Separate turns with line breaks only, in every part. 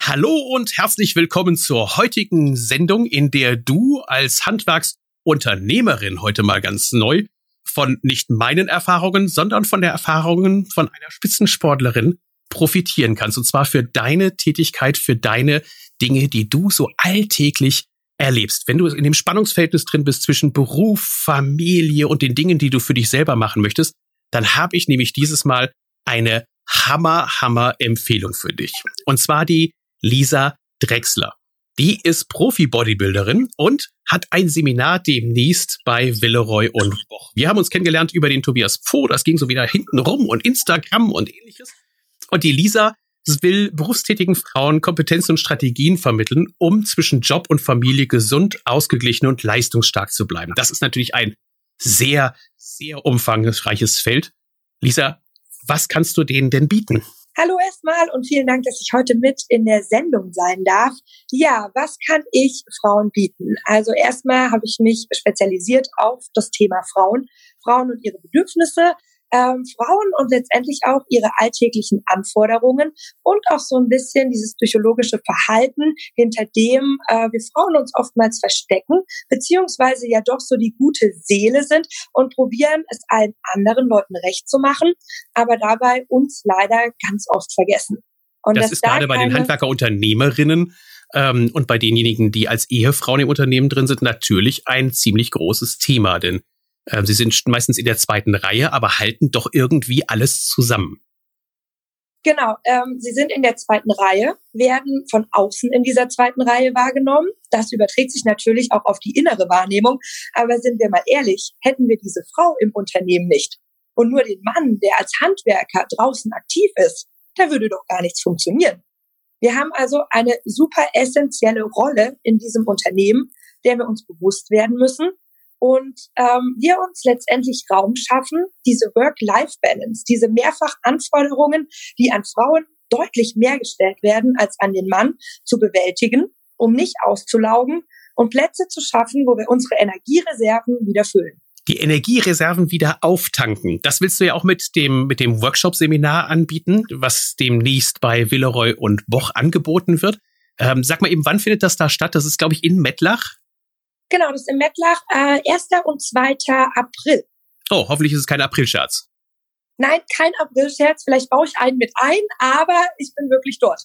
Hallo und herzlich willkommen zur heutigen Sendung, in der du als Handwerksunternehmerin heute mal ganz neu von nicht meinen Erfahrungen, sondern von der Erfahrungen von einer Spitzensportlerin profitieren kannst. Und zwar für deine Tätigkeit, für deine Dinge, die du so alltäglich erlebst. Wenn du in dem Spannungsverhältnis drin bist zwischen Beruf, Familie und den Dingen, die du für dich selber machen möchtest, dann habe ich nämlich dieses Mal eine Hammer-Empfehlung für dich. Und zwar die Lisa Drechsler. Die ist Profi-Bodybuilderin und hat ein Seminar demnächst bei Villeroy und Boch. Wir haben uns kennengelernt über den Tobias Pfoh. Das ging so wieder hinten rum und Instagram und ähnliches. Und die Lisa will berufstätigen Frauen Kompetenzen und Strategien vermitteln, um zwischen Job und Familie gesund, ausgeglichen und leistungsstark zu bleiben. Das ist natürlich ein sehr, sehr umfangreiches Feld. Lisa, was kannst du denen denn bieten?
Hallo erstmal und vielen Dank, dass ich heute mit in der Sendung sein darf. Ja, was kann ich Frauen bieten? Also erstmal habe ich mich spezialisiert auf das Thema Frauen und ihre Bedürfnisse, Frauen und letztendlich auch ihre alltäglichen Anforderungen und auch so ein bisschen dieses psychologische Verhalten, hinter dem wir Frauen uns oftmals verstecken, beziehungsweise ja doch so die gute Seele sind und probieren, es allen anderen Leuten recht zu machen, aber dabei uns leider ganz oft vergessen. Und
das ist gerade bei den Handwerkerunternehmerinnen und bei denjenigen, die als Ehefrauen im Unternehmen drin sind, natürlich ein ziemlich großes Thema, denn sie sind meistens in der zweiten Reihe, aber halten doch irgendwie alles zusammen.
Genau, sie sind in der zweiten Reihe, werden von außen in dieser zweiten Reihe wahrgenommen. Das überträgt sich natürlich auch auf die innere Wahrnehmung. Aber sind wir mal ehrlich, hätten wir diese Frau im Unternehmen nicht und nur den Mann, der als Handwerker draußen aktiv ist, da würde doch gar nichts funktionieren. Wir haben also eine super essentielle Rolle in diesem Unternehmen, der wir uns bewusst werden müssen. Und wir uns letztendlich Raum schaffen, diese Work-Life-Balance, diese Mehrfachanforderungen, die an Frauen deutlich mehr gestellt werden als an den Mann, zu bewältigen, um nicht auszulaugen und Plätze zu schaffen, wo wir unsere Energiereserven wieder füllen.
Die Energiereserven wieder auftanken. Das willst du ja auch mit dem Workshop-Seminar anbieten, was demnächst bei Villeroy und Boch angeboten wird. Sag mal eben, wann findet das da statt? Das ist, glaube ich, in Mettlach.
Genau, das ist in Mettlach, 1. und 2. April.
Oh, hoffentlich ist es kein Aprilscherz.
Nein, kein Aprilscherz. Vielleicht baue ich einen mit ein, aber ich bin wirklich dort.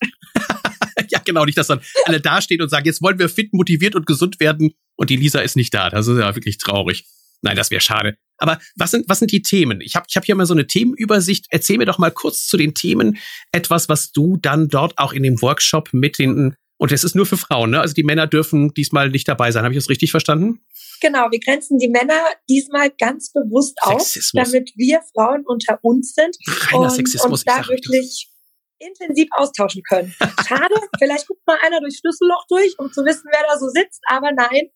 Ja, genau, nicht, dass dann alle dastehen und sagen, jetzt wollen wir fit, motiviert und gesund werden und die Lisa ist nicht da. Das ist ja wirklich traurig. Nein, das wäre schade. Aber was sind die Themen? Ich hab hier mal so eine Themenübersicht. Erzähl mir doch mal kurz zu den Themen etwas, was du dann dort auch in dem Workshop mit den... Und es ist nur für Frauen, ne? Also die Männer dürfen diesmal nicht dabei sein. Habe ich das richtig verstanden?
Genau, wir grenzen die Männer diesmal ganz bewusst aus, damit wir Frauen unter uns sind und uns da wirklich intensiv austauschen können. Schade, vielleicht guckt mal einer durchs Schlüsselloch durch, um zu wissen, wer da so sitzt. Aber nein,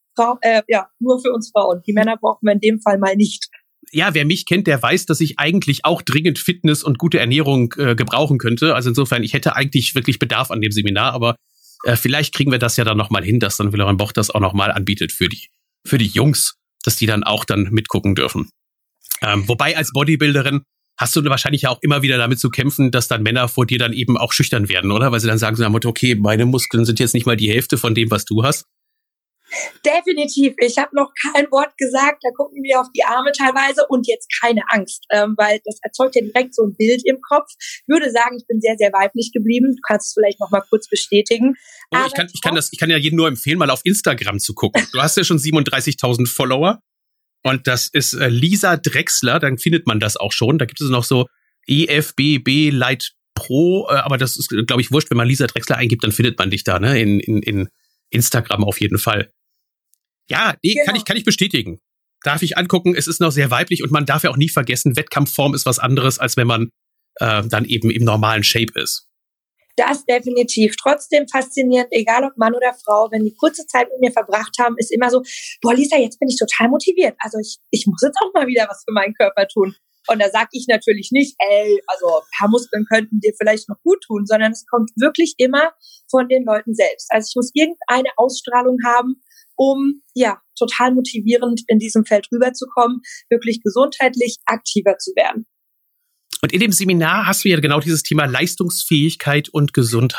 nur für uns Frauen. Die Männer brauchen wir in dem Fall mal nicht.
Ja, wer mich kennt, der weiß, dass ich eigentlich auch dringend Fitness und gute Ernährung gebrauchen könnte. Also insofern, ich hätte eigentlich wirklich Bedarf an dem Seminar, aber vielleicht kriegen wir das ja dann nochmal hin, dass dann Villeroy und Boch das auch nochmal anbietet für die Jungs, dass die dann auch dann mitgucken dürfen. Wobei als Bodybuilderin hast du wahrscheinlich ja auch immer wieder damit zu kämpfen, dass dann Männer vor dir dann eben auch schüchtern werden, oder? Weil sie dann sagen so, okay, meine Muskeln sind jetzt nicht mal die Hälfte von dem, was du hast.
Definitiv. Ich habe noch kein Wort gesagt. Da gucken wir auf die Arme teilweise und jetzt keine Angst, weil das erzeugt ja direkt so ein Bild im Kopf. Ich würde sagen, ich bin sehr, sehr weiblich geblieben. Du kannst es vielleicht noch mal kurz bestätigen.
Oh, ich kann ja jedem nur empfehlen, mal auf Instagram zu gucken. Du hast ja schon 37.000 Follower und das ist Lisa Drechsler. Dann findet man das auch schon. Da gibt es noch so EFBB Light Pro, aber das ist, glaube ich, wurscht. Wenn man Lisa Drechsler eingibt, dann findet man dich da, ne? In Instagram auf jeden Fall. Ja, genau. Kann ich bestätigen. Darf ich angucken, es ist noch sehr weiblich und man darf ja auch nie vergessen, Wettkampfform ist was anderes, als wenn man dann eben im normalen Shape ist.
Das definitiv. Trotzdem faszinierend, egal ob Mann oder Frau, wenn die kurze Zeit mit mir verbracht haben, ist immer so, boah Lisa, jetzt bin ich total motiviert. Also ich muss jetzt auch mal wieder was für meinen Körper tun. Und da sage ich natürlich nicht, also ein paar Muskeln könnten dir vielleicht noch gut tun, sondern es kommt wirklich immer von den Leuten selbst. Also ich muss irgendeine Ausstrahlung haben, um total motivierend in diesem Feld rüberzukommen, wirklich gesundheitlich aktiver zu werden.
Und in dem Seminar hast du ja genau dieses Thema Leistungsfähigkeit und Gesundheit.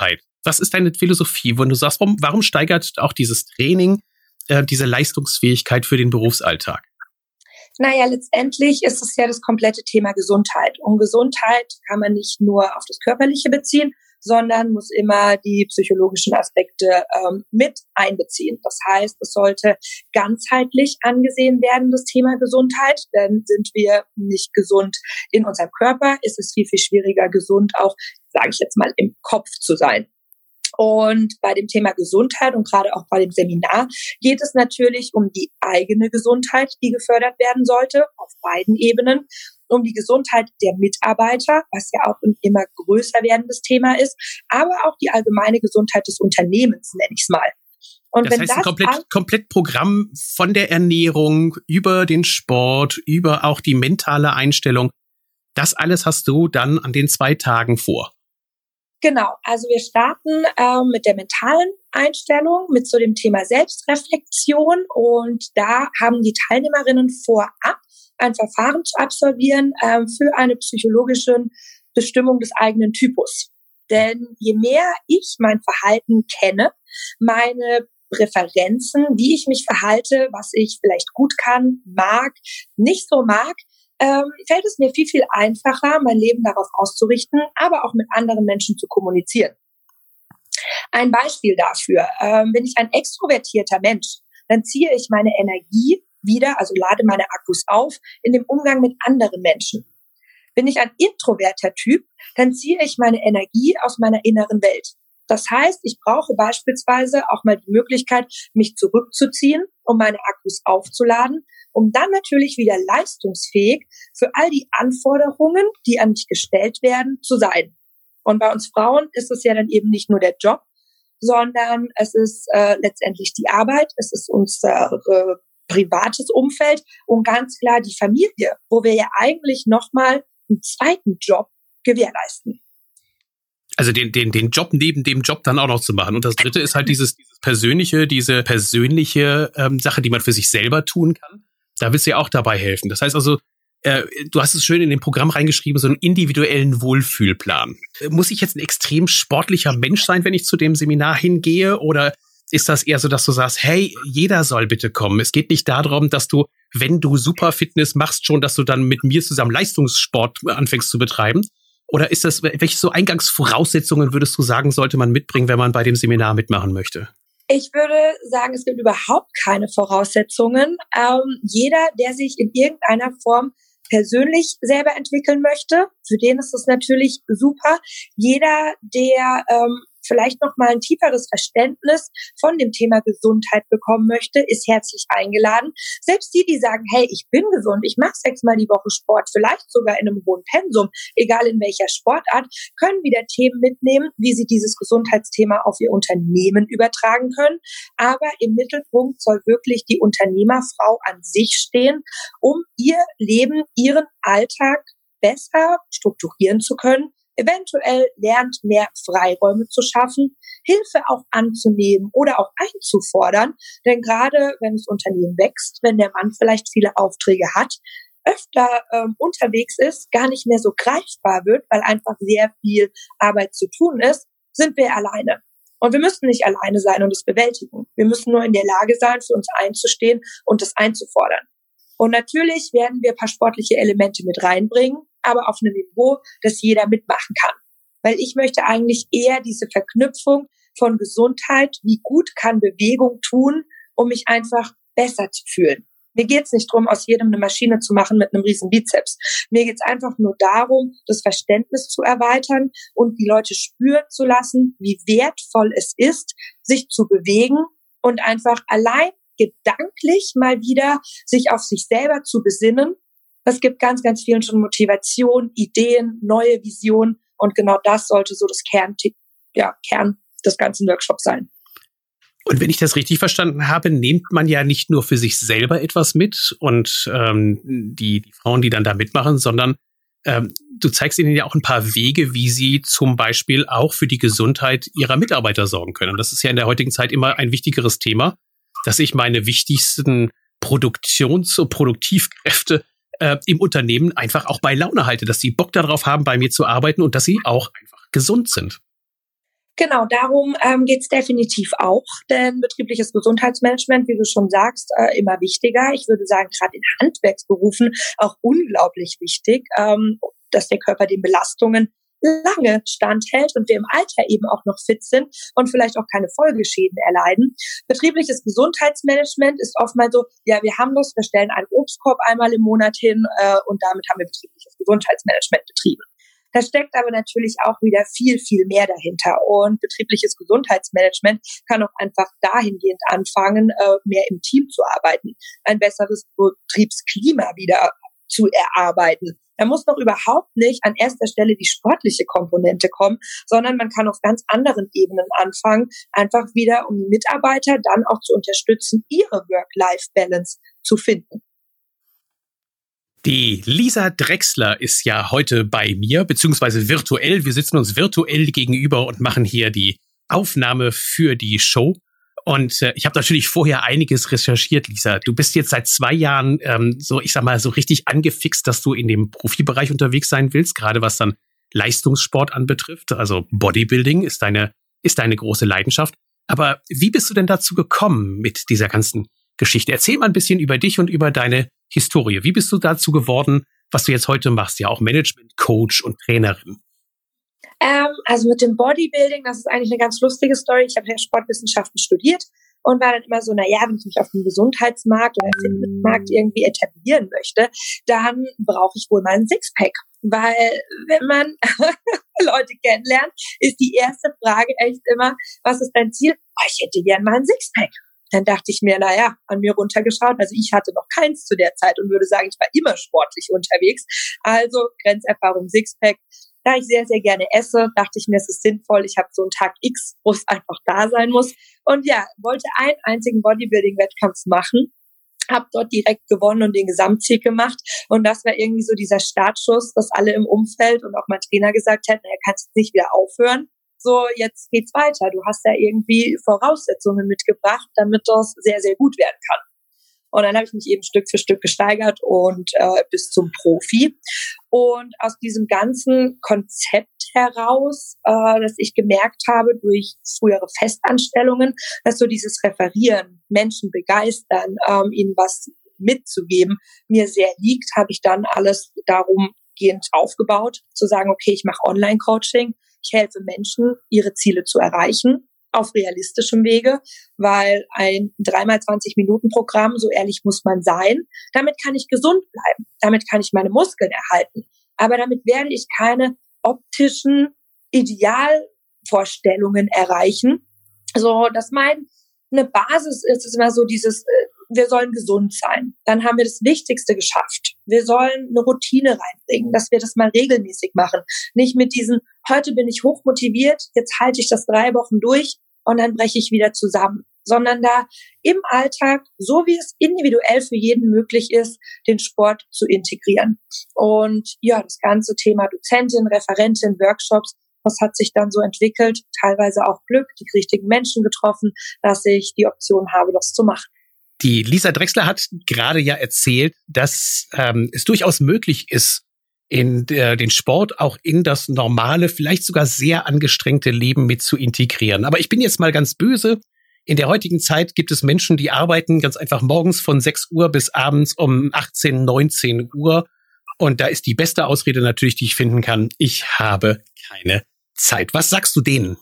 Was ist deine Philosophie, wenn du sagst, warum steigert auch dieses Training diese Leistungsfähigkeit für den Berufsalltag?
Naja, letztendlich ist es ja das komplette Thema Gesundheit. Und Gesundheit kann man nicht nur auf das Körperliche beziehen, sondern muss immer die psychologischen Aspekte mit einbeziehen. Das heißt, es sollte ganzheitlich angesehen werden, das Thema Gesundheit. Denn sind wir nicht gesund in unserem Körper, ist es viel, viel schwieriger, gesund auch, sage ich jetzt mal, im Kopf zu sein. Und bei dem Thema Gesundheit und gerade auch bei dem Seminar geht es natürlich um die eigene Gesundheit, die gefördert werden sollte, auf beiden Ebenen, um die Gesundheit der Mitarbeiter, was ja auch ein immer größer werdendes Thema ist, aber auch die allgemeine Gesundheit des Unternehmens, nenne ich es mal. Und
das heißt, ein komplett Programm von der Ernährung über den Sport, über auch die mentale Einstellung, das alles hast du dann an den 2 Tagen vor.
Genau, also wir starten mit der mentalen Einstellung, mit so dem Thema Selbstreflexion, und da haben die Teilnehmerinnen vorab ein Verfahren zu absolvieren für eine psychologische Bestimmung des eigenen Typus. Denn je mehr ich mein Verhalten kenne, meine Präferenzen, wie ich mich verhalte, was ich vielleicht gut kann, mag, nicht so mag, fällt es mir viel, viel einfacher, mein Leben darauf auszurichten, aber auch mit anderen Menschen zu kommunizieren. Ein Beispiel dafür, bin ich ein extrovertierter Mensch, dann ziehe ich meine Energie wieder, also lade meine Akkus auf, in dem Umgang mit anderen Menschen. Bin ich ein introverter Typ, dann ziehe ich meine Energie aus meiner inneren Welt. Das heißt, ich brauche beispielsweise auch mal die Möglichkeit, mich zurückzuziehen, um meine Akkus aufzuladen, um dann natürlich wieder leistungsfähig für all die Anforderungen, die an mich gestellt werden, zu sein. Und bei uns Frauen ist es ja dann eben nicht nur der Job, sondern es ist letztendlich die Arbeit, es ist unser privates Umfeld und ganz klar die Familie, wo wir ja eigentlich nochmal einen zweiten Job gewährleisten.
Also den Job neben dem Job dann auch noch zu machen. Und das Dritte ist halt diese persönliche Sache, die man für sich selber tun kann. Da willst du ja auch dabei helfen. Das heißt also, du hast es schön in dem Programm reingeschrieben, so einen individuellen Wohlfühlplan. Muss ich jetzt ein extrem sportlicher Mensch sein, wenn ich zu dem Seminar hingehe? Oder ist das eher so, dass du sagst, hey, jeder soll bitte kommen? Es geht nicht darum, dass du, wenn du Superfitness machst, schon, dass du dann mit mir zusammen Leistungssport anfängst zu betreiben? Oder ist das, welche so Eingangsvoraussetzungen würdest du sagen, sollte man mitbringen, wenn man bei dem Seminar mitmachen möchte?
Ich würde sagen, es gibt überhaupt keine Voraussetzungen. Jeder, der sich in irgendeiner Form persönlich selber entwickeln möchte, für den ist es natürlich super. Jeder, der vielleicht noch mal ein tieferes Verständnis von dem Thema Gesundheit bekommen möchte, ist herzlich eingeladen. Selbst die sagen, hey, ich bin gesund, ich mache 6-mal die Woche Sport, vielleicht sogar in einem hohen Pensum, egal in welcher Sportart, können wieder Themen mitnehmen, wie sie dieses Gesundheitsthema auf ihr Unternehmen übertragen können. Aber im Mittelpunkt soll wirklich die Unternehmerfrau an sich stehen, um ihr Leben, ihren Alltag besser strukturieren zu können, eventuell lernt, mehr Freiräume zu schaffen, Hilfe auch anzunehmen oder auch einzufordern. Denn gerade wenn das Unternehmen wächst, wenn der Mann vielleicht viele Aufträge hat, öfter unterwegs ist, gar nicht mehr so greifbar wird, weil einfach sehr viel Arbeit zu tun ist, sind wir alleine. Und wir müssen nicht alleine sein und es bewältigen. Wir müssen nur in der Lage sein, für uns einzustehen und es einzufordern. Und natürlich werden wir ein paar sportliche Elemente mit reinbringen, aber auf einem Niveau, das jeder mitmachen kann. Weil ich möchte eigentlich eher diese Verknüpfung von Gesundheit, wie gut kann Bewegung tun, um mich einfach besser zu fühlen. Mir geht's nicht darum, aus jedem eine Maschine zu machen mit einem riesen Bizeps. Mir geht's einfach nur darum, das Verständnis zu erweitern und die Leute spüren zu lassen, wie wertvoll es ist, sich zu bewegen und einfach allein gedanklich mal wieder sich auf sich selber zu besinnen. Es gibt ganz, ganz vielen schon Motivation, Ideen, neue Visionen und genau das sollte so das Kern des ganzen Workshops sein.
Und wenn ich das richtig verstanden habe, nimmt man ja nicht nur für sich selber etwas mit und die Frauen, die dann da mitmachen, sondern du zeigst ihnen ja auch ein paar Wege, wie sie zum Beispiel auch für die Gesundheit ihrer Mitarbeiter sorgen können. Und das ist ja in der heutigen Zeit immer ein wichtigeres Thema, dass ich meine wichtigsten Produktivkräfte im Unternehmen einfach auch bei Laune halte, dass sie Bock darauf haben, bei mir zu arbeiten und dass sie auch einfach gesund sind.
Genau, darum geht's definitiv auch, denn betriebliches Gesundheitsmanagement, wie du schon sagst, immer wichtiger. Ich würde sagen, gerade in Handwerksberufen auch unglaublich wichtig, dass der Körper den Belastungen lange standhält und wir im Alter eben auch noch fit sind und vielleicht auch keine Folgeschäden erleiden. Betriebliches Gesundheitsmanagement ist oftmals so, ja, wir haben das, wir stellen einen Obstkorb einmal im Monat hin und damit haben wir betriebliches Gesundheitsmanagement betrieben. Da steckt aber natürlich auch wieder viel, viel mehr dahinter. Und betriebliches Gesundheitsmanagement kann auch einfach dahingehend anfangen, mehr im Team zu arbeiten, ein besseres Betriebsklima wieder zu erarbeiten. Da muss noch überhaupt nicht an erster Stelle die sportliche Komponente kommen, sondern man kann auf ganz anderen Ebenen anfangen, einfach wieder um die Mitarbeiter dann auch zu unterstützen, ihre Work-Life-Balance zu finden.
Die Lisa Drechsler ist ja heute bei mir, beziehungsweise virtuell. Wir sitzen uns virtuell gegenüber und machen hier die Aufnahme für die Show. Und ich habe natürlich vorher einiges recherchiert, Lisa. Du bist jetzt seit 2 Jahren so richtig angefixt, dass du in dem Profibereich unterwegs sein willst, gerade was dann Leistungssport anbetrifft. Also Bodybuilding ist deine große Leidenschaft. Aber wie bist du denn dazu gekommen mit dieser ganzen Geschichte? Erzähl mal ein bisschen über dich und über deine Historie. Wie bist du dazu geworden, was du jetzt heute machst? Ja, auch Management, Coach und Trainerin.
Also mit dem Bodybuilding, das ist eigentlich eine ganz lustige Story. Ich habe ja Sportwissenschaften studiert und war dann immer so, wenn ich mich auf dem Gesundheitsmarkt oder Fitnessmarkt irgendwie etablieren möchte, dann brauche ich wohl mal einen Sixpack. Weil wenn man Leute kennenlernt, ist die erste Frage echt immer, was ist dein Ziel? Oh, ich hätte gern mal einen Sixpack. Dann dachte ich mir, an mir runtergeschaut. Also ich hatte noch keins zu der Zeit und würde sagen, ich war immer sportlich unterwegs. Also Grenzerfahrung Sixpack. Da ich sehr, sehr gerne esse, dachte ich mir, es ist sinnvoll. Ich habe so einen Tag X, wo es einfach da sein muss. Und ja, wollte einen einzigen Bodybuilding-Wettkampf machen. Habe dort direkt gewonnen und den Gesamtsieg gemacht. Und das war irgendwie so dieser Startschuss, dass alle im Umfeld und auch mein Trainer gesagt hätten, er kann jetzt nicht wieder aufhören. So, jetzt geht's weiter. Du hast ja irgendwie Voraussetzungen mitgebracht, damit das sehr, sehr gut werden kann. Und dann habe ich mich eben Stück für Stück gesteigert und bis zum Profi. Und aus diesem ganzen Konzept heraus, dass ich gemerkt habe durch frühere Festanstellungen, dass so dieses Referieren, Menschen begeistern, ihnen was mitzugeben, mir sehr liegt, habe ich dann alles darum gehend aufgebaut, zu sagen, okay, ich mache Online-Coaching, ich helfe Menschen, ihre Ziele zu erreichen, auf realistischem Wege, weil ein 3x20-Minuten-Programm, so ehrlich muss man sein, damit kann ich gesund bleiben, damit kann ich meine Muskeln erhalten, aber damit werde ich keine optischen Idealvorstellungen erreichen. So, dass eine Basis ist immer so dieses, wir sollen gesund sein. Dann haben wir das Wichtigste geschafft. Wir sollen eine Routine reinbringen, dass wir das mal regelmäßig machen. Nicht mit diesen, heute bin ich hochmotiviert, jetzt halte ich das 3 Wochen durch und dann breche ich wieder zusammen. Sondern da im Alltag, so wie es individuell für jeden möglich ist, den Sport zu integrieren. Und ja, das ganze Thema Dozentin, Referentin, Workshops, das hat sich dann so entwickelt, teilweise auch Glück, die richtigen Menschen getroffen, dass ich die Option habe, das zu machen.
Die Lisa Drechsler hat gerade ja erzählt, dass es durchaus möglich ist, in den Sport auch in das normale, vielleicht sogar sehr angestrengte Leben mit zu integrieren. Aber ich bin jetzt mal ganz böse. In der heutigen Zeit gibt es Menschen, die arbeiten ganz einfach morgens von 6 Uhr bis abends um 18, 19 Uhr. Und da ist die beste Ausrede natürlich, die ich finden kann, ich habe keine Zeit. Was sagst du denen?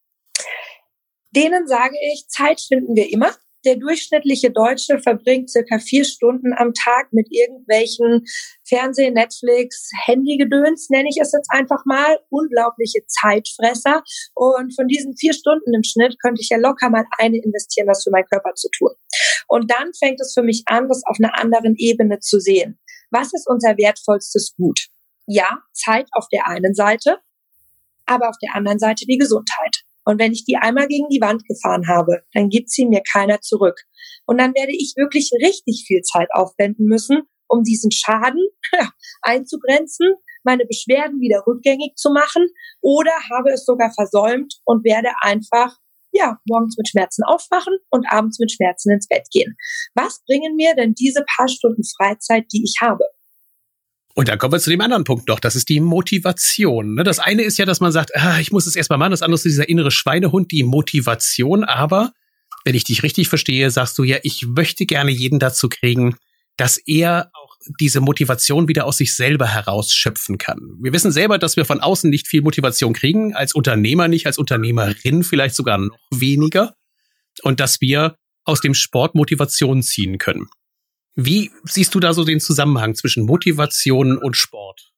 Denen sage ich, Zeit finden wir immer. Der durchschnittliche Deutsche verbringt circa 4 Stunden am Tag mit irgendwelchen Fernseh-, Netflix-, Handygedöns, nenne ich es jetzt einfach mal, unglaubliche Zeitfresser. Und von diesen 4 Stunden im Schnitt könnte ich ja locker mal eine investieren, was für meinen Körper zu tun. Und dann fängt es für mich an, das auf einer anderen Ebene zu sehen. Was ist unser wertvollstes Gut? Ja, Zeit auf der einen Seite, aber auf der anderen Seite die Gesundheit. Und wenn ich die einmal gegen die Wand gefahren habe, dann gibt sie mir keiner zurück. Und dann werde ich wirklich richtig viel Zeit aufwenden müssen, um diesen Schaden einzugrenzen, meine Beschwerden wieder rückgängig zu machen oder habe es sogar versäumt und werde einfach morgens mit Schmerzen aufwachen und abends mit Schmerzen ins Bett gehen. Was bringen mir denn diese paar Stunden Freizeit, die ich habe?
Und dann kommen wir zu dem anderen Punkt noch, das ist die Motivation. Ne? Das eine ist ja, dass man sagt, ich muss es erstmal machen, das andere ist dieser innere Schweinehund, die Motivation. Aber wenn ich dich richtig verstehe, sagst du ja, ich möchte gerne jeden dazu kriegen, dass er auch diese Motivation wieder aus sich selber herausschöpfen kann. Wir wissen selber, dass wir von außen nicht viel Motivation kriegen, als Unternehmer nicht, als Unternehmerin vielleicht sogar noch weniger. Und dass wir aus dem Sport Motivation ziehen können. Wie siehst du da so den Zusammenhang zwischen Motivation und Sport?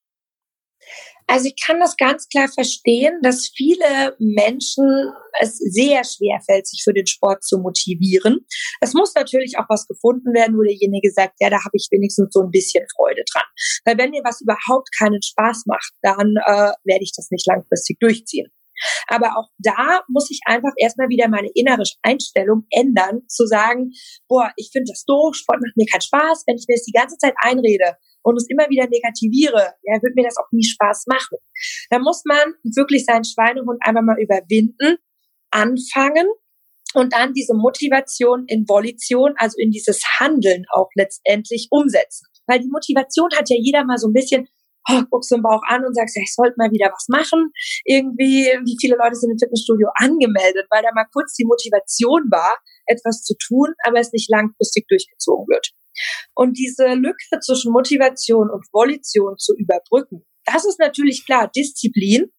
Also ich kann das ganz klar verstehen, dass viele Menschen es sehr schwer fällt, sich für den Sport zu motivieren. Es muss natürlich auch was gefunden werden, wo derjenige sagt, ja, da habe ich wenigstens so ein bisschen Freude dran. Weil wenn mir was überhaupt keinen Spaß macht, dann werde ich das nicht langfristig durchziehen. Aber auch da muss ich einfach erstmal wieder meine innere Einstellung ändern, zu sagen, ich finde das doof, Sport macht mir keinen Spaß. Wenn ich mir das die ganze Zeit einrede und es immer wieder negativiere, ja, wird mir das auch nie Spaß machen. Da muss man wirklich seinen Schweinehund einfach mal überwinden, anfangen und dann diese Motivation in Volition, also in dieses Handeln auch letztendlich umsetzen. Weil die Motivation hat ja jeder mal so ein bisschen, guckst du den Bauch an und sagst, ja, ich sollte mal wieder was machen. Irgendwie, wie viele Leute sind im Fitnessstudio angemeldet, weil da mal kurz die Motivation war, etwas zu tun, aber es nicht langfristig durchgezogen wird. Und diese Lücke zwischen Motivation und Volition zu überbrücken, das ist natürlich klar Disziplin,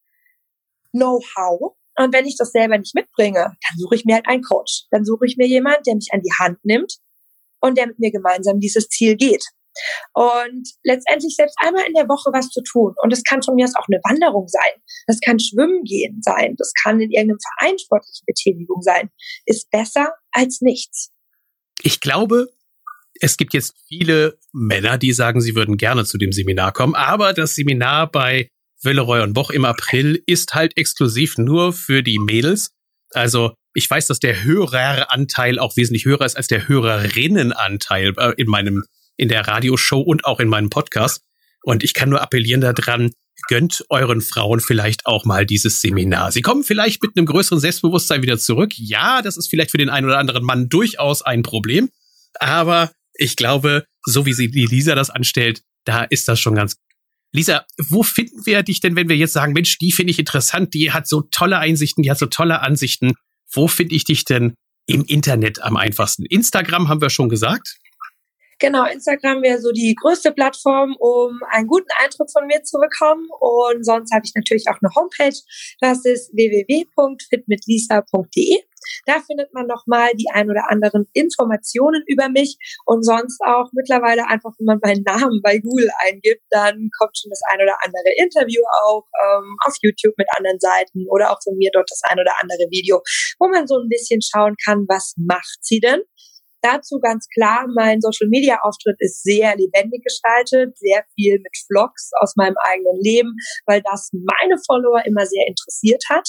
Know-how. Und wenn ich das selber nicht mitbringe, dann suche ich mir halt einen Coach. Dann suche ich mir jemanden, der mich an die Hand nimmt und der mit mir gemeinsam dieses Ziel geht. Und letztendlich selbst einmal in der Woche was zu tun. Und das kann von mir aus auch eine Wanderung sein. Das kann Schwimmen gehen sein. Das kann in irgendeinem Verein sportliche Betätigung sein. Ist besser als nichts.
Ich glaube, es gibt jetzt viele Männer, die sagen, sie würden gerne zu dem Seminar kommen. Aber das Seminar bei Villeroy und Boch im April ist halt exklusiv nur für die Mädels. Also ich weiß, dass der Höreranteil auch wesentlich höher ist als der Hörerinnenanteil in der Radioshow und auch in meinem Podcast. Und ich kann nur appellieren daran, gönnt euren Frauen vielleicht auch mal dieses Seminar. Sie kommen vielleicht mit einem größeren Selbstbewusstsein wieder zurück. Ja, das ist vielleicht für den einen oder anderen Mann durchaus ein Problem. Aber ich glaube, so wie die Lisa das anstellt, da ist das schon ganz gut. Lisa, wo finden wir dich denn, wenn wir jetzt sagen, Mensch, die finde ich interessant, die hat so tolle Einsichten, die hat so tolle Ansichten. Wo finde ich dich denn im Internet am einfachsten? Instagram haben wir schon gesagt.
Genau, Instagram wäre so die größte Plattform, um einen guten Eindruck von mir zu bekommen. Und sonst habe ich natürlich auch eine Homepage. Das ist www.fitmitlisa.de. Da findet man nochmal die ein oder anderen Informationen über mich. Und sonst auch mittlerweile einfach, wenn man meinen Namen bei Google eingibt, dann kommt schon das ein oder andere Interview auch auf YouTube mit anderen Seiten oder auch von mir dort das ein oder andere Video, wo man so ein bisschen schauen kann, was macht sie denn? Dazu ganz klar, mein Social-Media-Auftritt ist sehr lebendig gestaltet, sehr viel mit Vlogs aus meinem eigenen Leben, weil das meine Follower immer sehr interessiert hat.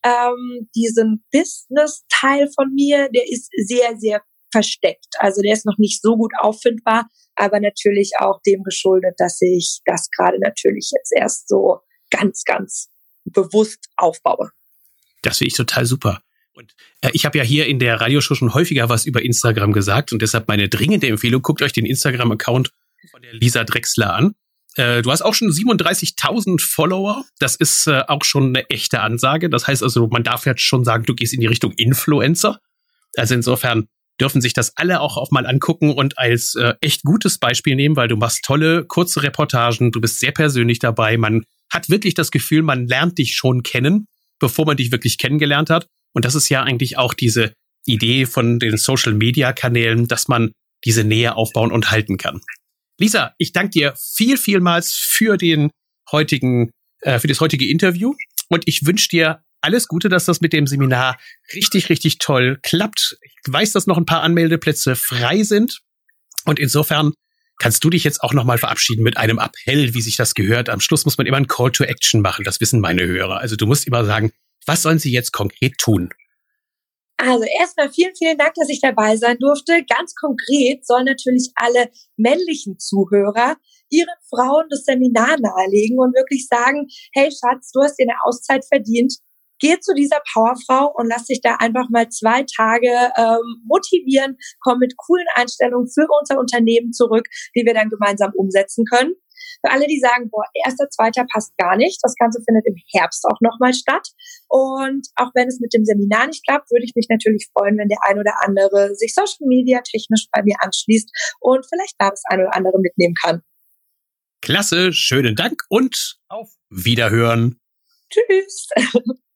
Diesen Business-Teil von mir, der ist sehr, sehr versteckt. Also der ist noch nicht so gut auffindbar, aber natürlich auch dem geschuldet, dass ich das gerade natürlich jetzt erst so ganz, ganz bewusst aufbaue.
Das finde ich total super. Und ich habe ja hier in der Radioshow schon häufiger was über Instagram gesagt und deshalb meine dringende Empfehlung, guckt euch den Instagram-Account von der Lisa Drechsler an. Du hast auch schon 37.000 Follower. Das ist auch schon eine echte Ansage. Das heißt also, man darf jetzt schon sagen, du gehst in die Richtung Influencer. Also insofern dürfen sich das alle auch mal angucken und als echt gutes Beispiel nehmen, weil du machst tolle, kurze Reportagen, du bist sehr persönlich dabei. Man hat wirklich das Gefühl, man lernt dich schon kennen, bevor man dich wirklich kennengelernt hat. Und das ist ja eigentlich auch diese Idee von den Social-Media-Kanälen, dass man diese Nähe aufbauen und halten kann. Lisa, ich danke dir vielmals für das heutige Interview und ich wünsche dir alles Gute, dass das mit dem Seminar richtig, richtig toll klappt. Ich weiß, dass noch ein paar Anmeldeplätze frei sind und insofern kannst du dich jetzt auch nochmal verabschieden mit einem Appell, wie sich das gehört. Am Schluss muss man immer ein Call to Action machen, das wissen meine Hörer. Also du musst immer sagen, was sollen sie jetzt konkret tun?
Also erstmal vielen Dank, dass ich dabei sein durfte. Ganz konkret sollen natürlich alle männlichen Zuhörer ihren Frauen das Seminar nahelegen und wirklich sagen, hey Schatz, du hast dir eine Auszeit verdient. Geh zu dieser Powerfrau und lass dich da einfach mal 2 Tage motivieren, komm mit coolen Einstellungen für unser Unternehmen zurück, die wir dann gemeinsam umsetzen können. Für alle, die sagen, boah, 1.2. passt gar nicht, das Ganze findet im Herbst auch nochmal statt. Und auch wenn es mit dem Seminar nicht klappt, würde ich mich natürlich freuen, wenn der ein oder andere sich Social Media technisch bei mir anschließt und vielleicht da das ein oder andere mitnehmen kann.
Klasse, schönen Dank und auf Wiederhören.
Tschüss.